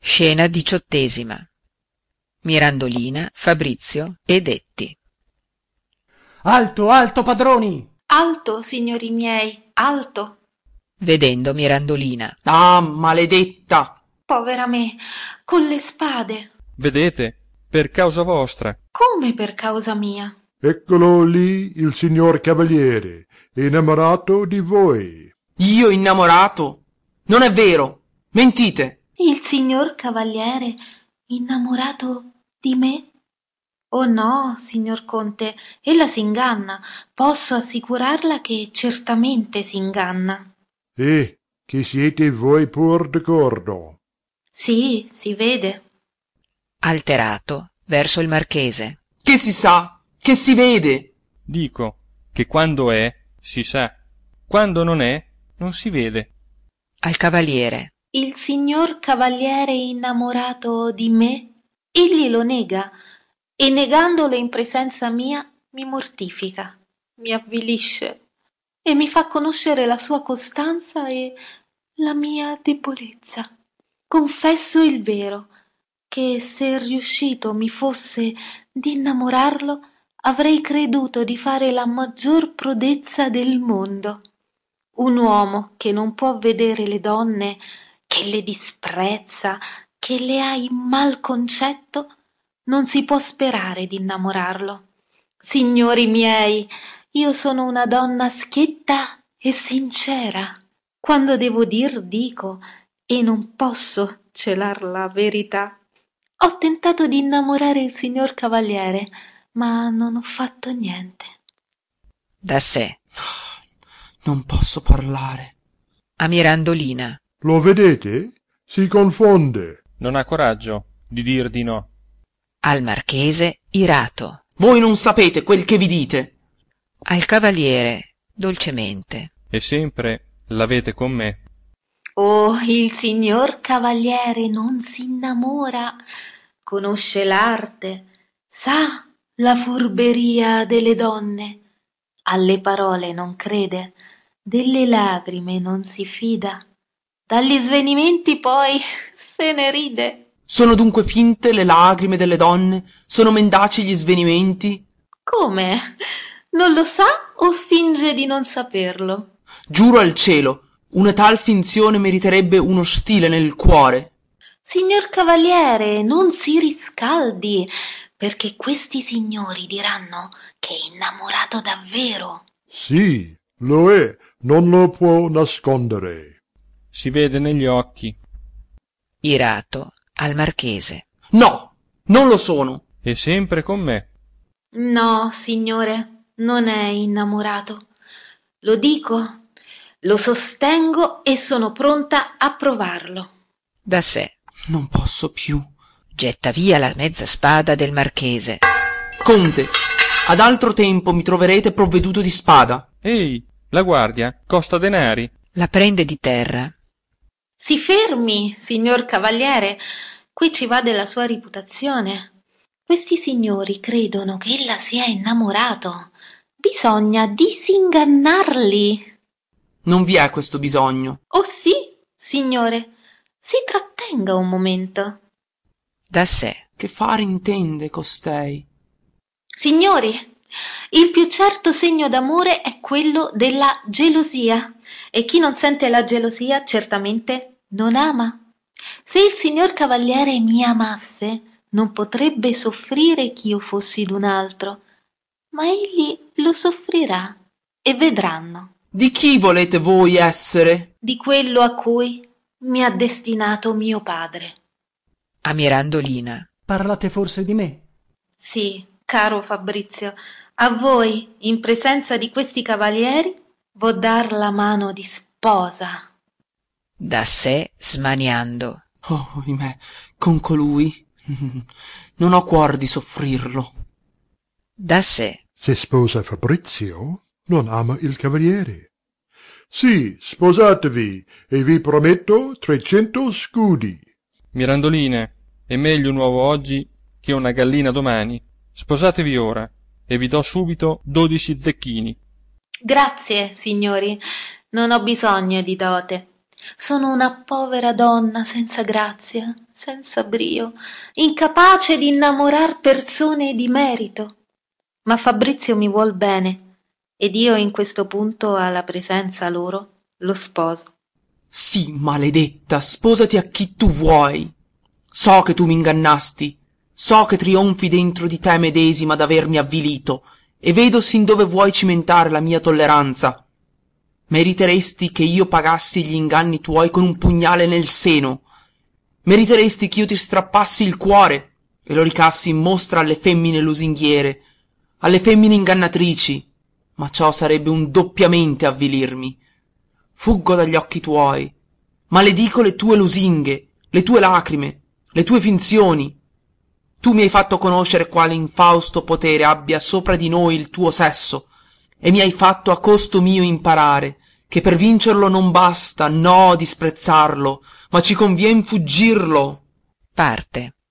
Scena 18. Mirandolina, Fabrizio e Detti. Alto, alto, padroni! Alto, signori miei, alto! Vedendo Mirandolina. Ah, maledetta! Povera me, con le spade! Vedete, per causa vostra. Come per causa mia? Eccolo lì il signor Cavaliere, innamorato di voi. Io innamorato? Non è vero! Mentite! Il signor Cavaliere innamorato di me? Oh no, signor Conte, ella s'inganna. Posso assicurarla che certamente s'inganna. Che siete voi pur d'accordo. Sì, si vede. Alterato, verso il marchese. Che si sa, che si vede. Dico che quando è, si sa. Quando non è, non si vede. Al Cavaliere. Il signor Cavaliere innamorato di me? Egli lo nega, e negandolo in presenza mia mi mortifica, mi avvilisce e mi fa conoscere la sua costanza e la mia debolezza. Confesso il vero, che se riuscito mi fosse d'innamorarlo, avrei creduto di fare la maggior prodezza del mondo. Un uomo che non può vedere le donne, che le disprezza, che le ha in mal concetto, non si può sperare di innamorarlo. Signori miei, io sono una donna schietta e sincera. Quando devo dir, dico, e non posso celar la verità. Ho tentato di innamorare il signor Cavaliere, ma non ho fatto niente. Da sé. Non posso parlare. A Mirandolina. Lo vedete? Si confonde. Non ha coraggio di dir di no. Al marchese, irato. Voi non sapete quel che vi dite. Al Cavaliere, dolcemente. E sempre l'avete con me. Oh, il signor Cavaliere non si innamora, conosce l'arte, sa la furberia delle donne, alle parole non crede, delle lagrime non si fida, dagli svenimenti poi se ne ride. Sono dunque finte le lagrime delle donne? Sono mendaci gli svenimenti? Come? Non lo sa o finge di non saperlo? Giuro al cielo, una tal finzione meriterebbe uno stile nel cuore. Signor Cavaliere, non si riscaldi, perché questi signori diranno che è innamorato davvero. Sì, lo è, non lo può nascondere. Si vede negli occhi. Irato, al marchese. No, non lo sono. E sempre con me. No, signore, non è innamorato. Lo dico, lo sostengo e sono pronta a provarlo. Da sé. Non posso più. Getta via la mezza spada del marchese. Conte, ad altro tempo mi troverete provveduto di spada. Ehi, la guardia costa denari. La prende di terra. Si fermi, signor Cavaliere, qui ci va della sua reputazione. Questi signori credono che ella sia innamorato. Bisogna disingannarli. Non vi è questo bisogno. Oh sì, signore, si trattenga un momento. Da sé. Che fare intende costei? Signori, il più certo segno d'amore è quello della gelosia, e chi non sente la gelosia certamente non ama. Se il signor Cavaliere mi amasse, non potrebbe soffrire ch'io fossi d'un altro, ma egli lo soffrirà, e vedranno. Di chi volete voi essere? Di quello a cui mi ha destinato mio padre. A Mirandolina. Parlate forse di me? Sì, caro Fabrizio, a voi, in presenza di questi cavalieri, vo dar la mano di sposa. Da sé, smaniando. Oh, ahimè, con colui non ho cuor di soffrirlo. Da sé. Se sposa Fabrizio, non ama il Cavaliere. Sì, sposatevi e vi prometto 300 scudi. Mirandolina, è meglio un uovo oggi che una gallina domani. Sposatevi ora e vi do subito 12 zecchini. Grazie, signori, non ho bisogno di dote. Sono una povera donna senza grazia, senza brio, incapace di innamorar persone di merito. Ma Fabrizio mi vuol bene, ed io in questo punto alla presenza loro lo sposo. Sì, maledetta, sposati a chi tu vuoi. So che tu mi ingannasti, so che trionfi dentro di te medesima d'avermi avvilito, e vedo sin dove vuoi cimentare la mia tolleranza. Meriteresti che io pagassi gli inganni tuoi con un pugnale nel seno. Meriteresti che io ti strappassi il cuore e lo ricassi in mostra alle femmine lusinghiere, alle femmine ingannatrici, ma ciò sarebbe un doppiamente avvilirmi. Fuggo dagli occhi tuoi, maledico le tue lusinghe, le tue lacrime, le tue finzioni. Tu mi hai fatto conoscere quale infausto potere abbia sopra di noi il tuo sesso, e mi hai fatto a costo mio imparare che per vincerlo non basta, no, disprezzarlo, ma ci convien fuggirlo. Parte.